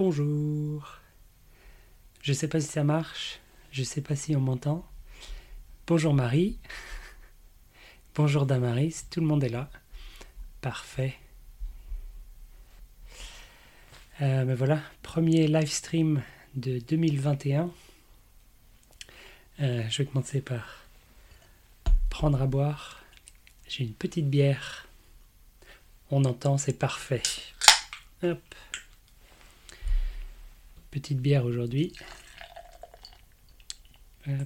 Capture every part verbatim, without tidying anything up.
Bonjour. Je sais pas si ça marche, je sais pas si on m'entend. Bonjour Marie. Bonjour Damaris, tout le monde est là. Parfait. Euh, mais voilà, premier live stream de deux mille vingt et un. Euh, je vais commencer par prendre à boire. J'ai une petite bière. On entend, c'est parfait. Hop. Petite bière aujourd'hui. Hop.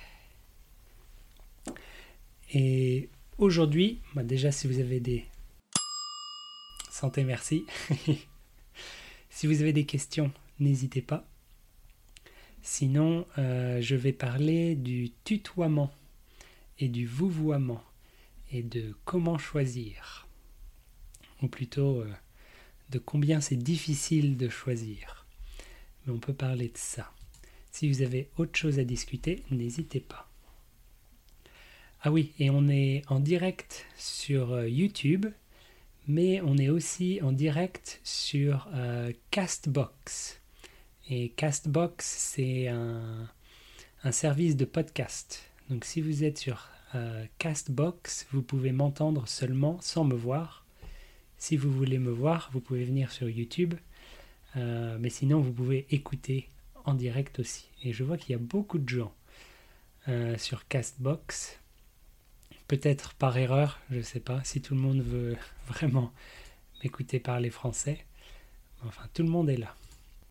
Et aujourd'hui, bah déjà si vous avez des... Santé, merci. Si vous avez des questions, n'hésitez pas. Sinon, euh, je vais parler du tutoiement et du vouvoiement et de comment choisir. Ou plutôt euh, de combien c'est difficile de choisir. Mais on peut parler de ça. Si vous avez autre chose à discuter, n'hésitez pas. Ah oui, et on est en direct sur euh, YouTube, mais on est aussi en direct sur euh, Castbox. Et Castbox, c'est un, un service de podcast. Donc si vous êtes sur euh, Castbox, vous pouvez m'entendre seulement sans me voir. Si vous voulez me voir, vous pouvez venir sur YouTube. Euh, mais sinon, vous pouvez écouter en direct aussi. Et je vois qu'il y a beaucoup de gens euh, sur Castbox. Peut-être par erreur, je ne sais pas, si tout le monde veut vraiment m'écouter parler français. Enfin, tout le monde est là.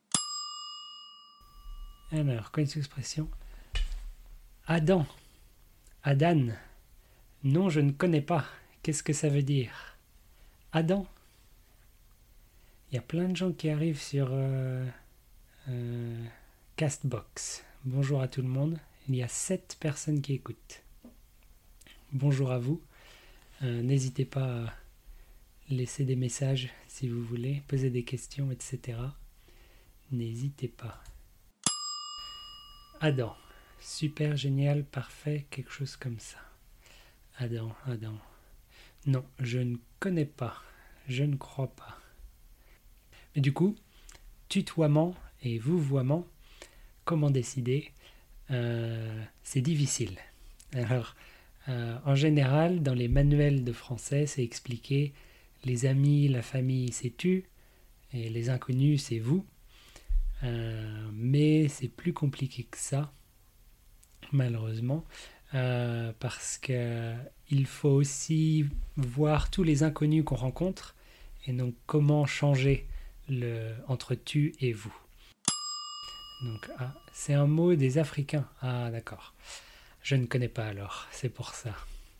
Alors, quoi une expression ? Adam. Adan. Non, je ne connais pas. Qu'est-ce que ça veut dire ? Adam. Il y a plein de gens qui arrivent sur euh, euh, Castbox. Bonjour à tout le monde. Il y a sept personnes qui écoutent. Bonjour à vous. Euh, n'hésitez pas à laisser des messages si vous voulez, poser des questions, et cetera. N'hésitez pas. Adam. Super, génial, parfait, quelque chose comme ça. Adam, Adam. Non, je ne connais pas. Je ne crois pas. Mais du coup, tutoiement et vouvoiement, comment décider ? euh, C'est difficile. Alors, euh, en général, dans les manuels de français, c'est expliqué les amis, la famille, c'est tu, et les inconnus, c'est vous. Euh, mais c'est plus compliqué que ça, malheureusement, euh, parce qu'il faut aussi voir tous les inconnus qu'on rencontre, et donc comment changer le, entre tu et vous. Donc, ah, c'est un mot des Africains. Ah, d'accord. Je ne connais pas alors, c'est pour ça.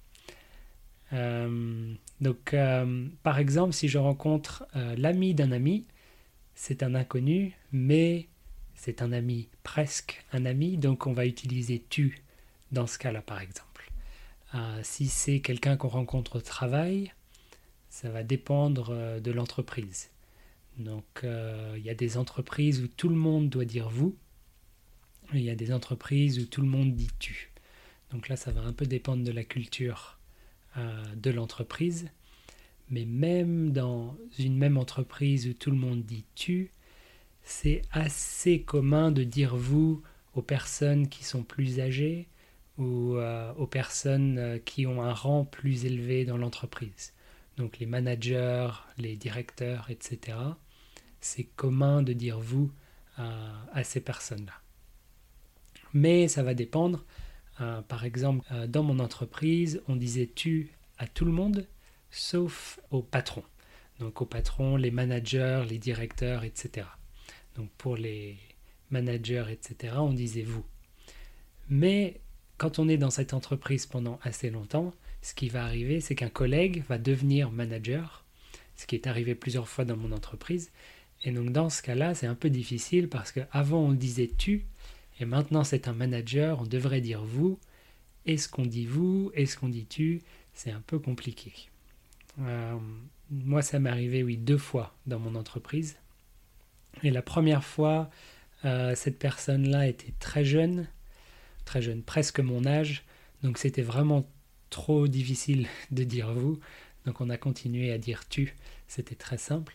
Euh, donc, euh, par exemple, si je rencontre euh, l'ami d'un ami, c'est un inconnu, mais c'est un ami, presque un ami, donc on va utiliser tu dans ce cas-là, par exemple. Euh, si c'est quelqu'un qu'on rencontre au travail, ça va dépendre euh, de l'entreprise. Donc, euh, il y a des entreprises où tout le monde doit dire vous, et il y a des entreprises où tout le monde dit tu. Donc là, ça va un peu dépendre de la culture euh, de l'entreprise. Mais même dans une même entreprise où tout le monde dit tu, c'est assez commun de dire vous aux personnes qui sont plus âgées ou euh, aux personnes euh, qui ont un rang plus élevé dans l'entreprise. Donc les managers, les directeurs, et cetera. C'est commun de dire vous à, à ces personnes-là. Mais ça va dépendre. Euh, par exemple, euh, dans mon entreprise, on disait tu à tout le monde, sauf aux patrons. Donc aux patrons, les managers, les directeurs, et cetera. Donc pour les managers, et cetera, on disait vous. Mais quand on est dans cette entreprise pendant assez longtemps, ce qui va arriver, c'est qu'un collègue va devenir manager, ce qui est arrivé plusieurs fois dans mon entreprise. Et donc dans ce cas-là, c'est un peu difficile parce qu'avant on disait tu, et maintenant c'est un manager, on devrait dire vous. Est-ce qu'on dit vous ? Est-ce qu'on dit tu ? C'est un peu compliqué. Euh, moi, ça m'est arrivé, oui, deux fois dans mon entreprise. Et la première fois, euh, cette personne-là était très jeune, très jeune, presque mon âge. Donc c'était vraiment trop difficile de dire vous. Donc on a continué à dire tu. C'était très simple.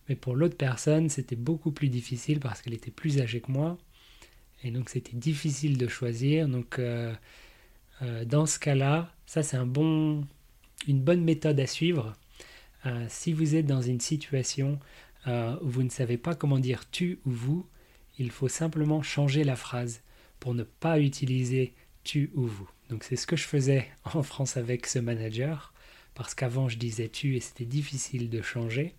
Mais pour l'autre personne, c'était beaucoup plus difficile parce qu'elle était plus âgée que moi. Et donc c'était difficile de choisir. Donc euh, euh, dans ce cas-là, ça c'est un bon, une bonne méthode à suivre. Euh, si vous êtes dans une situation euh, où vous ne savez pas comment dire tu ou vous, il faut simplement changer la phrase pour ne pas utiliser tu ou vous. Donc c'est ce que je faisais en France avec ce manager, parce qu'avant je disais tu et c'était difficile de changer.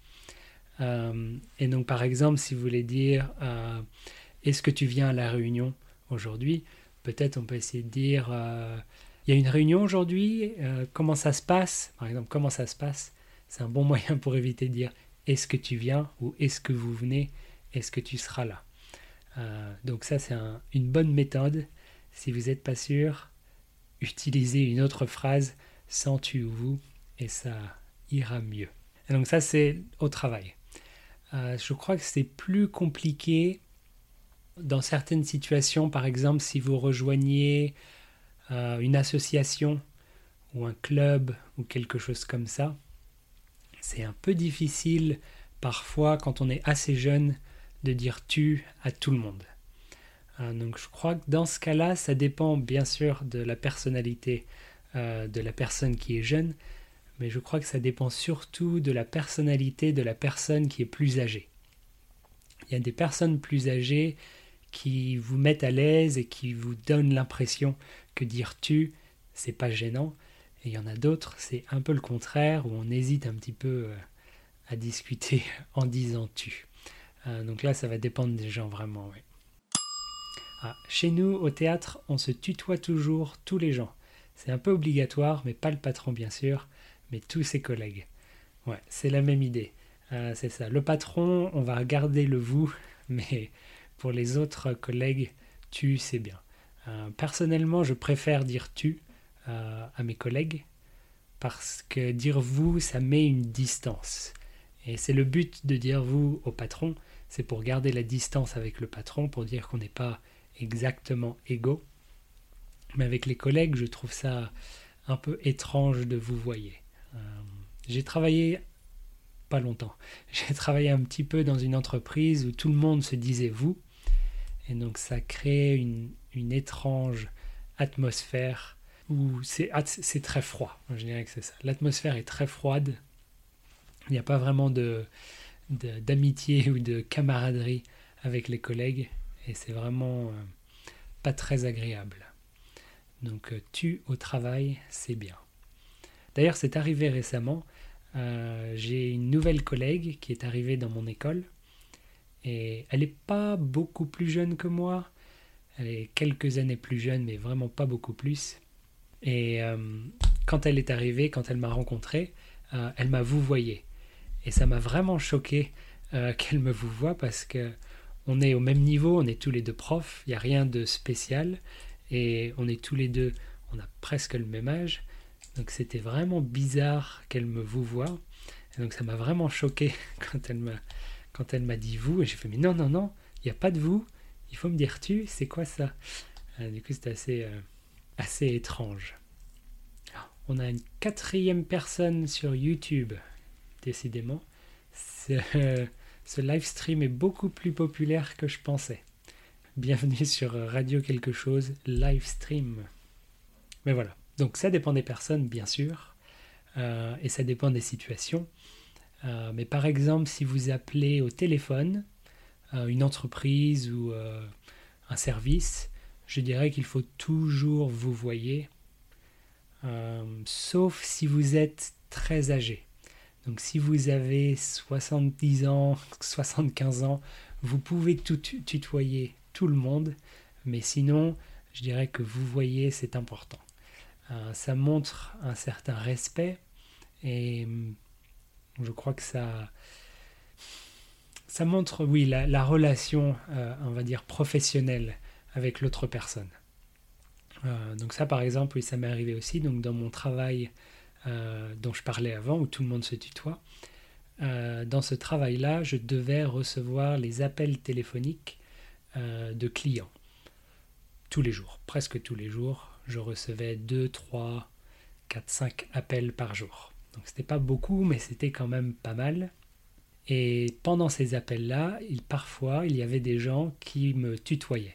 Euh, et donc par exemple, si vous voulez dire euh, est-ce que tu viens à la réunion aujourd'hui, peut-être on peut essayer de dire euh, il y a une réunion aujourd'hui, euh, comment ça se passe, par exemple comment ça se passe. C'est un bon moyen pour éviter de dire est-ce que tu viens ou est-ce que vous venez, est-ce que tu seras là. Euh, donc ça c'est un, une bonne méthode. Si vous n'êtes pas sûr, utilisez une autre phrase sans tu ou vous et ça ira mieux. Et donc ça c'est au travail. Euh, je crois que c'est plus compliqué dans certaines situations, par exemple si vous rejoignez euh, une association ou un club ou quelque chose comme ça. C'est un peu difficile parfois quand on est assez jeune de dire tu à tout le monde. Euh, donc je crois que dans ce cas-là, ça dépend bien sûr de la personnalité euh, de la personne qui est jeune, mais je crois que ça dépend surtout de la personnalité de la personne qui est plus âgée. Il y a des personnes plus âgées qui vous mettent à l'aise et qui vous donnent l'impression que dire tu, c'est pas gênant. Et il y en a d'autres, c'est un peu le contraire, où on hésite un petit peu euh, à discuter en disant tu. Euh, donc là, ça va dépendre des gens vraiment. Ouais. Ah, chez nous, au théâtre, on se tutoie toujours tous les gens. C'est un peu obligatoire, mais pas le patron bien sûr, mais tous ses collègues. Ouais, c'est la même idée. Euh, c'est ça. Le patron, on va garder le vous, mais pour les autres collègues, tu, c'est bien. Euh, personnellement, je préfère dire tu euh, à mes collègues parce que dire vous, ça met une distance. Et c'est le but de dire vous au patron, c'est pour garder la distance avec le patron, pour dire qu'on n'est pas exactement égaux. Mais avec les collègues, je trouve ça un peu étrange de vous voyer. Euh, j'ai travaillé pas longtemps. J'ai travaillé un petit peu dans une entreprise où tout le monde se disait vous. Et donc ça crée une, une étrange atmosphère où c'est, c'est très froid. Je dirais que c'est ça. L'atmosphère est très froide. Il n'y a pas vraiment de, de, d'amitié ou de camaraderie avec les collègues. Et c'est vraiment euh, pas très agréable. Donc euh, tu au travail, c'est bien. D'ailleurs, c'est arrivé récemment. Euh, j'ai une nouvelle collègue qui est arrivée dans mon école. Et elle n'est pas beaucoup plus jeune que moi. Elle est quelques années plus jeune, mais vraiment pas beaucoup plus. Et euh, quand elle est arrivée, quand elle m'a rencontré, euh, elle m'a vouvoyé. Et ça m'a vraiment choqué euh, qu'elle me vouvoie parce que on est au même niveau, on est tous les deux profs, il n'y a rien de spécial. Et on est tous les deux, on a presque le même âge. Donc c'était vraiment bizarre qu'elle me vouvoie. Et donc ça m'a vraiment choqué quand elle m'a... Quand elle m'a dit vous, et j'ai fait mais non, non, non, il n'y a pas de vous, il faut me dire tu, c'est quoi ça? euh, Du coup, c'était assez, euh, assez étrange. Alors, on a une quatrième personne sur YouTube, décidément. Ce, euh, ce live stream est beaucoup plus populaire que je pensais. Bienvenue sur Radio Quelque chose, live stream. Mais voilà, donc ça dépend des personnes, bien sûr, euh, et ça dépend des situations. Euh, mais par exemple, si vous appelez au téléphone euh, une entreprise ou euh, un service, je dirais qu'il faut toujours vous voyer, euh, sauf si vous êtes très âgé. Donc si vous avez soixante-dix ans, soixante-quinze ans, vous pouvez tout tutoyer tout le monde, mais sinon, je dirais que vous voyez, c'est important. Euh, ça montre un certain respect et je crois que ça, ça montre, oui, la, la relation, euh, on va dire, professionnelle avec l'autre personne. Euh, donc ça, par exemple, oui, ça m'est arrivé aussi. Donc dans mon travail euh, dont je parlais avant, où tout le monde se tutoie, euh, dans ce travail-là, je devais recevoir les appels téléphoniques euh, de clients. Tous les jours, presque tous les jours, je recevais deux, trois, quatre, cinq appels par jour. Donc c'était pas beaucoup, mais c'était quand même pas mal. Et pendant ces appels-là, il, parfois, il y avait des gens qui me tutoyaient.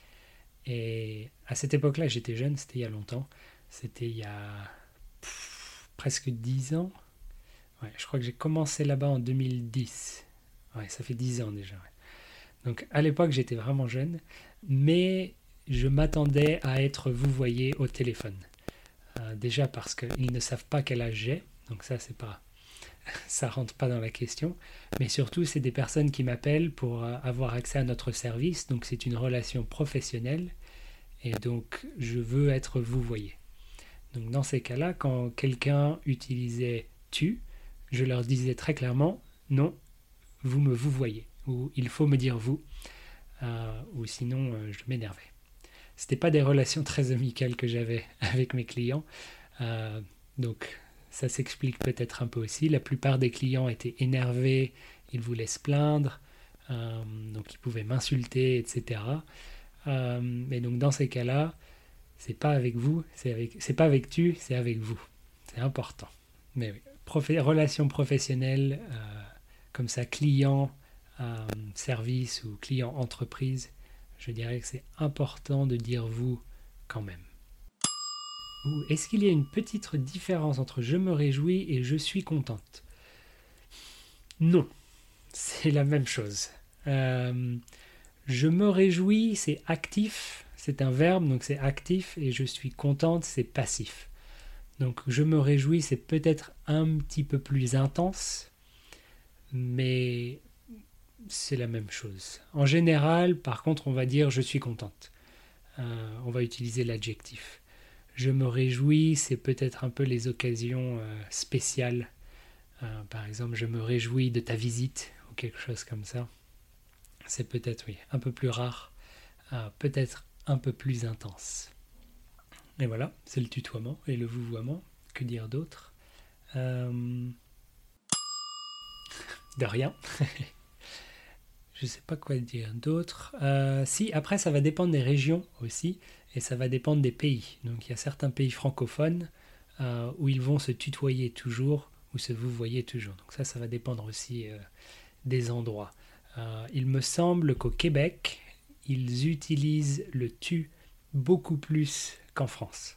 Et à cette époque-là, j'étais jeune, c'était il y a longtemps. C'était il y a pff, presque dix ans. Ouais, je crois que j'ai commencé là-bas en deux mille dix. Ouais, ça fait dix ans déjà. Ouais. Donc à l'époque, j'étais vraiment jeune, mais je m'attendais à être vouvoyé au téléphone. Euh, déjà parce qu'ils ne savent pas quel âge j'ai, donc ça, c'est pas, ça rentre pas dans la question. Mais surtout, c'est des personnes qui m'appellent pour euh, avoir accès à notre service, donc c'est une relation professionnelle, et donc je veux être vouvoyé. Donc dans ces cas-là, quand quelqu'un utilisait tu, je leur disais très clairement non, vous me vous voyez, ou il faut me dire vous, euh, ou sinon euh, je m'énervais. C'était pas des relations très amicales que j'avais avec mes clients, euh, donc ça s'explique peut-être un peu aussi. La plupart des clients étaient énervés, ils voulaient se plaindre, euh, donc ils pouvaient m'insulter, et cetera. Euh, et donc dans ces cas-là, c'est pas avec vous, c'est avec, c'est pas avec tu, c'est avec vous. C'est important. Mais oui, Profé- relation professionnelle, euh, comme ça, client, euh, service ou client entreprise, je dirais que c'est important de dire vous quand même. Ou est-ce qu'il y a une petite différence entre je me réjouis et je suis contente? Non, c'est la même chose. Euh, je me réjouis, c'est actif, c'est un verbe, donc c'est actif, et je suis contente, c'est passif. Donc je me réjouis, c'est peut-être un petit peu plus intense, mais c'est la même chose. En général, par contre, on va dire je suis contente. Euh, on va utiliser l'adjectif. Je me réjouis, c'est peut-être un peu les occasions euh, spéciales. Euh, par exemple, je me réjouis de ta visite ou quelque chose comme ça. C'est peut-être, oui, un peu plus rare, euh, peut-être un peu plus intense. Et voilà, c'est le tutoiement et le vouvoiement. Que dire d'autre? euh... De rien. Je sais pas quoi dire d'autre. Euh, si, après, ça va dépendre des régions aussi, et ça va dépendre des pays. Donc, il y a certains pays francophones euh, où ils vont se tutoyer toujours, ou se vouvoyer toujours. Donc ça, ça va dépendre aussi euh, des endroits. Euh, il me semble qu'au Québec, ils utilisent le tu beaucoup plus qu'en France.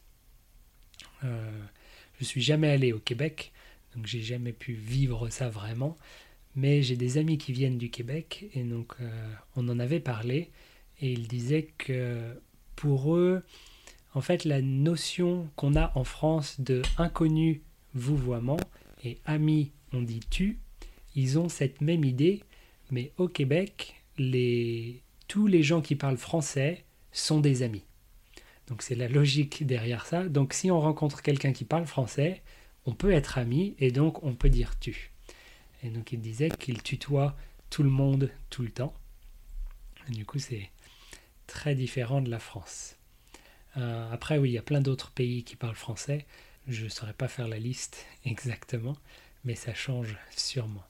Euh, je suis jamais allé au Québec, donc j'ai jamais pu vivre ça vraiment. Mais j'ai des amis qui viennent du Québec et donc euh, on en avait parlé et ils disaient que pour eux, en fait, la notion qu'on a en France de inconnu vouvoiement et ami on dit tu, ils ont cette même idée, mais au Québec, les, tous les gens qui parlent français sont des amis. Donc c'est la logique derrière ça. Donc si on rencontre quelqu'un qui parle français, on peut être amis et donc on peut dire tu. Et donc il disait qu'il tutoie tout le monde tout le temps. Et du coup, c'est très différent de la France. Euh, après, oui, il y a plein d'autres pays qui parlent français. Je ne saurais pas faire la liste exactement, mais ça change sûrement.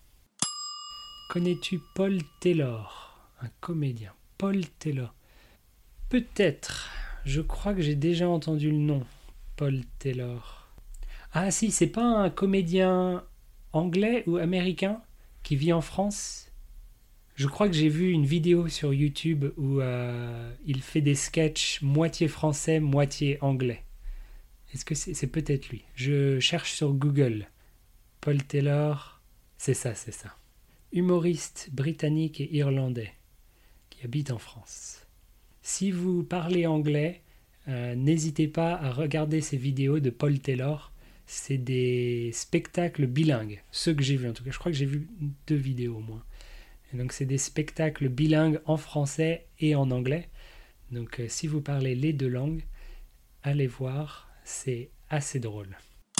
Connais-tu Paul Taylor, un comédien? Paul Taylor. Peut-être. Je crois que j'ai déjà entendu le nom. Paul Taylor. Ah si, c'est pas un comédien anglais ou américain qui vit en France? Je crois que j'ai vu une vidéo sur YouTube où euh, il fait des sketchs moitié français, moitié anglais. Est-ce que c'est, c'est peut-être lui? Je cherche sur Google. Paul Taylor, c'est ça, c'est ça. Humoriste britannique et irlandais qui habite en France. Si vous parlez anglais, euh, n'hésitez pas à regarder ces vidéos de Paul Taylor. C'est des spectacles bilingues, ceux que j'ai vus en tout cas. Je crois que j'ai vu deux vidéos au moins. Et donc c'est des spectacles bilingues en français et en anglais. Donc euh, si vous parlez les deux langues, allez voir, c'est assez drôle.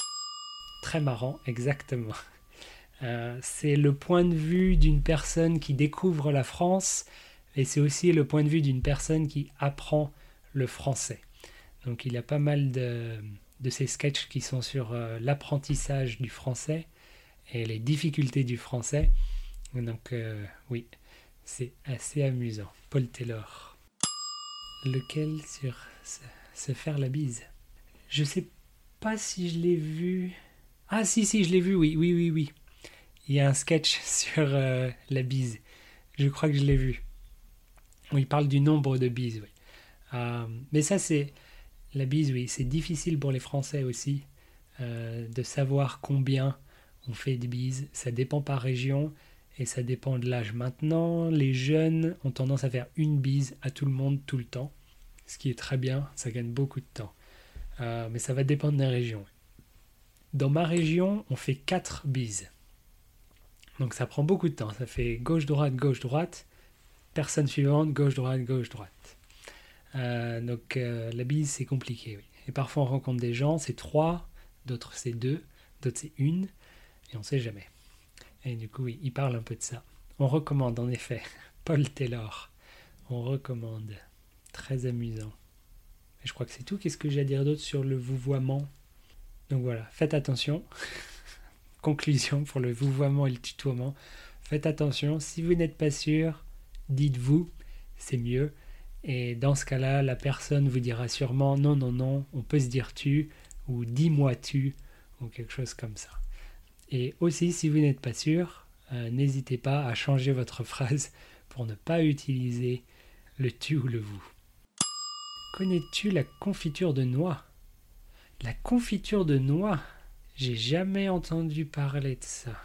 Très marrant, exactement. Euh, c'est le point de vue d'une personne qui découvre la France et c'est aussi le point de vue d'une personne qui apprend le français. Donc il y a pas mal de, de ces sketchs qui sont sur euh, l'apprentissage du français et les difficultés du français. Donc euh, oui, c'est assez amusant. Paul Taylor. Lequel sur se, se faire la bise? Je sais pas si je l'ai vu. Ah si si, je l'ai vu, oui, oui, oui, oui. il y a un sketch sur euh, la bise. Je crois que je l'ai vu. Où il parle du nombre de bises, oui. Euh, mais ça, c'est... La bise, oui, c'est difficile pour les Français aussi euh, de savoir combien on fait de bises. Ça dépend par région et ça dépend de l'âge. Maintenant, les jeunes ont tendance à faire une bise à tout le monde tout le temps. Ce qui est très bien, ça gagne beaucoup de temps. Euh, mais ça va dépendre des régions. Dans ma région, on fait quatre bises. Donc ça prend beaucoup de temps. Ça fait gauche-droite, gauche-droite. Personne suivante, gauche-droite, gauche-droite. Euh, donc euh, la bise, c'est compliqué. Oui. Et parfois, on rencontre des gens, c'est trois, d'autres c'est deux, d'autres c'est une, et on ne sait jamais. Et du coup, oui, il parle un peu de ça. On recommande, en effet, Paul Taylor. On recommande. Très amusant. Et je crois que c'est tout. Qu'est-ce que j'ai à dire d'autre sur le vouvoiement ? Donc voilà, faites attention. Conclusion pour le vouvoiement et le tutoiement. Faites attention. Si vous n'êtes pas sûr, dites-vous, c'est mieux. Et dans ce cas-là, la personne vous dira sûrement non, non, non, on peut se dire tu, ou dis-moi tu, ou quelque chose comme ça. Et aussi, si vous n'êtes pas sûr, euh, n'hésitez pas à changer votre phrase pour ne pas utiliser le tu ou le vous. Connais-tu la confiture de noix ? La confiture de noix ? J'ai jamais entendu parler de ça.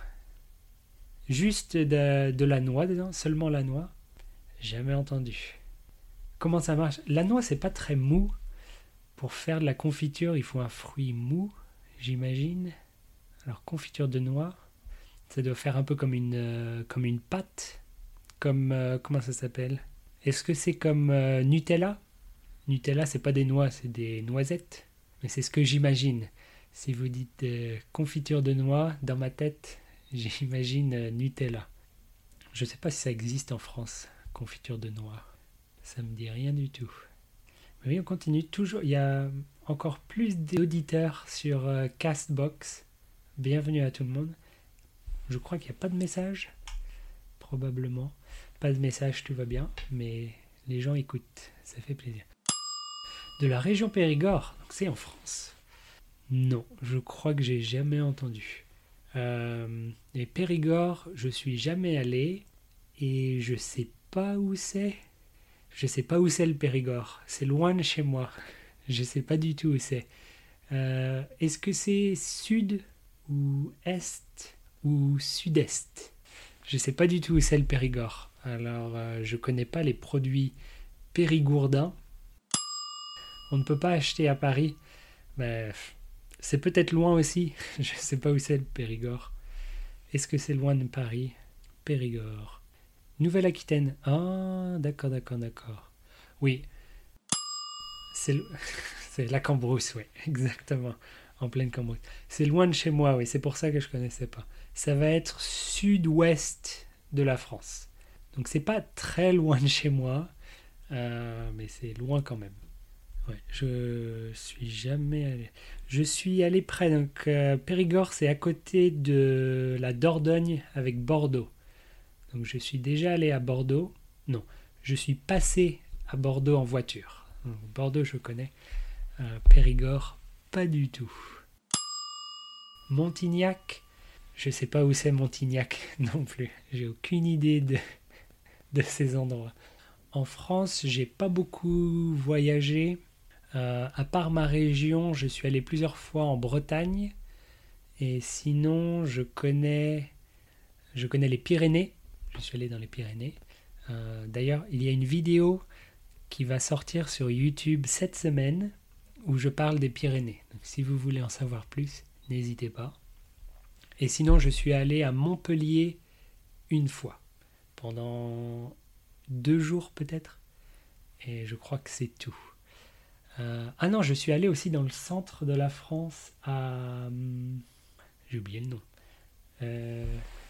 Juste de, de la noix dedans, seulement la noix ? Jamais entendu. Comment ça marche ? La noix, c'est pas très mou. Pour faire de la confiture, il faut un fruit mou, j'imagine. Alors, confiture de noix, ça doit faire un peu comme une, euh, comme une pâte. Comme, euh, comment ça s'appelle ? Est-ce que c'est comme euh, Nutella ? Nutella, c'est pas des noix, c'est des noisettes. Mais c'est ce que j'imagine. Si vous dites euh, confiture de noix, dans ma tête, j'imagine euh, Nutella. Je sais pas si ça existe en France, confiture de noix. Ça me dit rien du tout. Mais oui, on continue toujours. Il y a encore plus d'auditeurs sur euh, Castbox. Bienvenue à tout le monde. Je crois qu'il n'y a pas de message. Probablement. Pas de message, tout va bien. Mais les gens écoutent. Ça fait plaisir. De la région Périgord. Donc c'est en France. Non, je crois que j'ai jamais entendu. Euh, et Périgord, je suis jamais allé. Et je sais pas où c'est. Je sais pas où c'est le Périgord. C'est loin de chez moi. Je sais pas du tout où c'est. Euh, est-ce que c'est sud ou est ou sud-est ? Je sais pas du tout où c'est le Périgord. Alors, euh, je connais pas les produits périgourdins. On ne peut pas acheter à Paris. Mais c'est peut-être loin aussi. Je sais pas où c'est le Périgord. Est-ce que c'est loin de Paris ? Périgord. Nouvelle-Aquitaine. Ah, d'accord, d'accord, d'accord. Oui. C'est, le... c'est la Cambrousse, oui, exactement. En pleine Cambrousse. C'est loin de chez moi, oui, c'est pour ça que je ne connaissais pas. Ça va être sud-ouest de la France. Donc c'est pas très loin de chez moi, euh, mais c'est loin quand même. Ouais, je suis jamais allé. Je suis allé près, donc euh, Périgord, c'est à côté de la Dordogne avec Bordeaux. Donc je suis déjà allé à Bordeaux. Non, je suis passé à Bordeaux en voiture. Donc, Bordeaux, je connais. Euh, Périgord, pas du tout. Montignac, je sais pas où c'est Montignac non plus. J'ai aucune idée de, de ces endroits. En France, j'ai pas beaucoup voyagé. Euh, à part ma région, je suis allé plusieurs fois en Bretagne. Et sinon, je connais, je connais les Pyrénées. Je suis allé dans les Pyrénées. Euh, d'ailleurs, il y a une vidéo qui va sortir sur YouTube cette semaine où je parle des Pyrénées. Donc, si vous voulez en savoir plus, n'hésitez pas. Et sinon, je suis allé à Montpellier une fois, pendant deux jours peut-être. Et je crois que c'est tout. Euh, ah non, je suis allé aussi dans le centre de la France à... Hum, j'ai oublié le nom. Euh...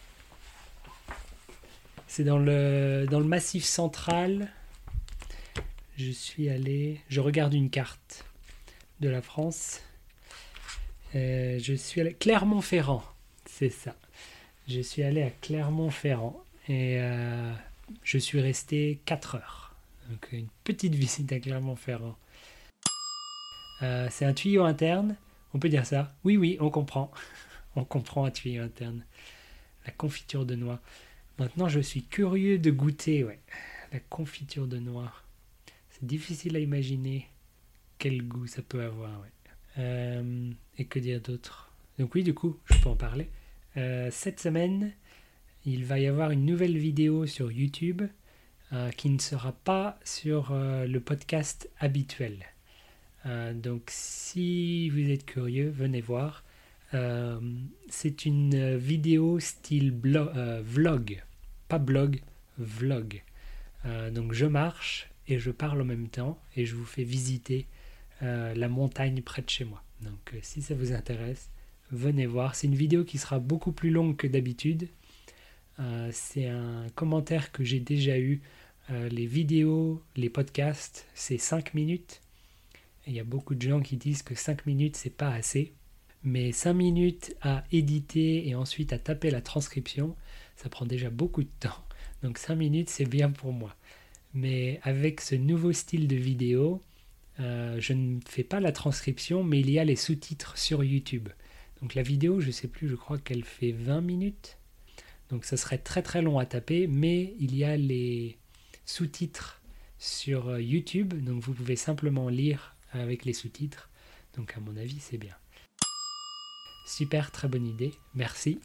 C'est dans le, dans le Massif central. Je suis allé... Je regarde une carte de la France. Euh, je suis allé... Clermont-Ferrand, c'est ça. Je suis allé à Clermont-Ferrand. Et euh, je suis resté quatre heures. Donc une petite visite à Clermont-Ferrand. Euh, c'est un tuyau interne. On peut dire ça ? Oui, oui, on comprend. On comprend un tuyau interne. La confiture de noix. Maintenant, je suis curieux de goûter, ouais. La confiture de noix. C'est difficile à imaginer quel goût ça peut avoir, ouais. Euh, et que dire d'autre? Donc oui, du coup, je peux en parler. Euh, cette semaine, il va y avoir une nouvelle vidéo sur YouTube euh, qui ne sera pas sur euh, le podcast habituel. Euh, donc si vous êtes curieux, venez voir. Euh, c'est une vidéo style blo- euh, vlog, pas blog, vlog. Euh, donc je marche et je parle en même temps et je vous fais visiter euh, la montagne près de chez moi. Donc euh, si ça vous intéresse, venez voir. C'est une vidéo qui sera beaucoup plus longue que d'habitude. Euh, c'est un commentaire que j'ai déjà eu. Euh, les vidéos, les podcasts, c'est cinq minutes. Il y a beaucoup de gens qui disent que cinq minutes, c'est pas assez. Mais cinq minutes à éditer et ensuite à taper la transcription, ça prend déjà beaucoup de temps. Donc cinq minutes, c'est bien pour moi. Mais avec ce nouveau style de vidéo, euh, je ne fais pas la transcription, mais il y a les sous-titres sur YouTube. Donc la vidéo, je ne sais plus, je crois qu'elle fait vingt minutes. Donc ça serait très très long à taper, mais il y a les sous-titres sur YouTube. Donc vous pouvez simplement lire avec les sous-titres. Donc à mon avis, c'est bien. Super, très bonne idée. Merci.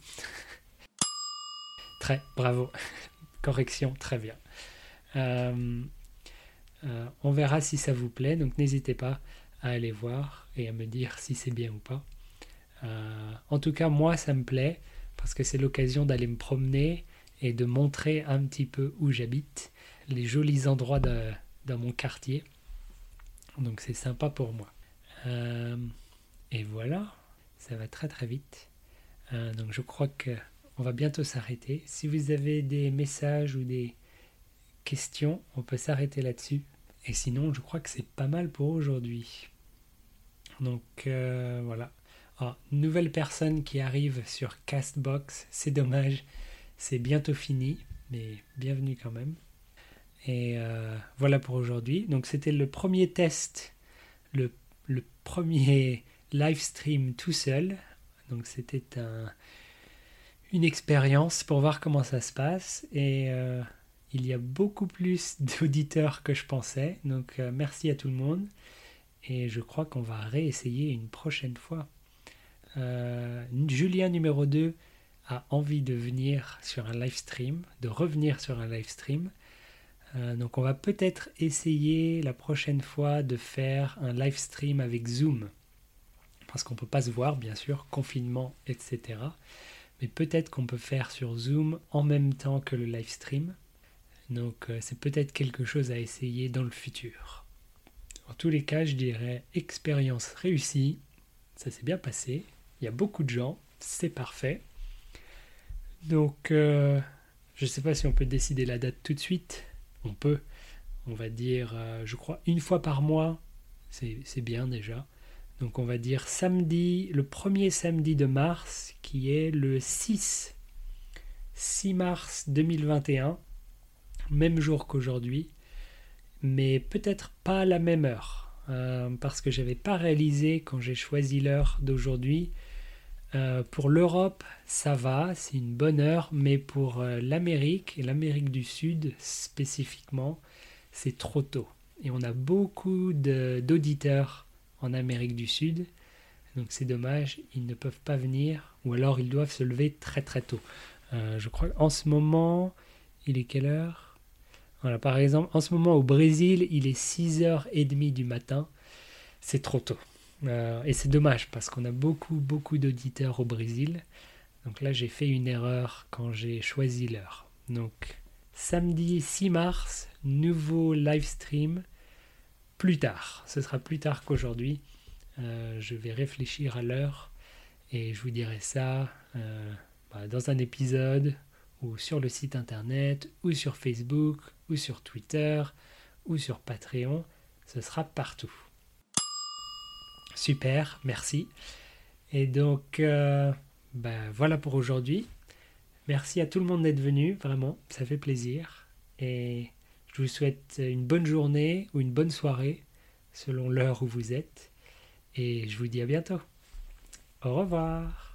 Très, bravo. Correction, très bien. Euh, euh, on verra si ça vous plaît. Donc n'hésitez pas à aller voir et à me dire si c'est bien ou pas. Euh, en tout cas, moi, ça me plaît parce que c'est l'occasion d'aller me promener et de montrer un petit peu où j'habite, les jolis endroits de, dans mon quartier. Donc c'est sympa pour moi. Euh, et voilà, ça va très très vite. Euh, donc je crois qu'on va bientôt s'arrêter. Si vous avez des messages ou des questions, on peut s'arrêter là-dessus. Et sinon, je crois que c'est pas mal pour aujourd'hui. Donc euh, voilà. Alors, nouvelle personne qui arrive sur Castbox, c'est dommage, c'est bientôt fini, mais bienvenue quand même. Et euh, voilà pour aujourd'hui. Donc c'était le premier test, le, le premier live stream tout seul. Donc c'était un, une expérience pour voir comment ça se passe. Et euh, il y a beaucoup plus d'auditeurs que je pensais. Donc euh, merci à tout le monde. Et je crois qu'on va réessayer une prochaine fois. Euh, Julien numéro deux a envie de venir sur un live stream, de revenir sur un live stream. Euh, donc on va peut-être essayer la prochaine fois de faire un live stream avec Zoom. Parce qu'on ne peut pas se voir, bien sûr, confinement, et cetera. Mais peut-être qu'on peut faire sur Zoom en même temps que le live stream. Donc euh, c'est peut-être quelque chose à essayer dans le futur. En tous les cas, je dirais expérience réussie. Ça s'est bien passé. Il y a beaucoup de gens, c'est parfait. Donc, euh, je ne sais pas si on peut décider la date tout de suite. On peut. On va dire, euh, je crois, une fois par mois. C'est, c'est bien déjà. Donc, on va dire samedi, le premier samedi de mars, qui est le six mars deux mille vingt et un. Même jour qu'aujourd'hui. Mais peut-être pas à la même heure. Euh, parce que je n'avais pas réalisé quand j'ai choisi l'heure d'aujourd'hui. Euh, pour l'Europe, ça va, c'est une bonne heure, mais pour euh, l'Amérique et l'Amérique du Sud spécifiquement, c'est trop tôt. Et on a beaucoup de, d'auditeurs en Amérique du Sud, donc c'est dommage, ils ne peuvent pas venir, ou alors ils doivent se lever très très tôt. Euh, je crois qu'en ce moment, il est quelle heure ? Voilà, par exemple, en ce moment au Brésil, il est six heures trente du matin, c'est trop tôt. Euh, et c'est dommage parce qu'on a beaucoup beaucoup d'auditeurs au Brésil. Donc là j'ai fait une erreur quand j'ai choisi l'heure. Donc samedi six mars, nouveau live stream plus tard. Ce sera plus tard qu'aujourd'hui. Euh, je vais réfléchir à l'heure et je vous dirai ça euh, bah, dans un épisode ou sur le site internet ou sur Facebook ou sur Twitter ou sur Patreon. Ce sera partout. Super, merci. Et donc, euh, ben voilà pour aujourd'hui. Merci à tout le monde d'être venu, vraiment, ça fait plaisir. Et je vous souhaite une bonne journée ou une bonne soirée, selon l'heure où vous êtes. Et je vous dis à bientôt. Au revoir.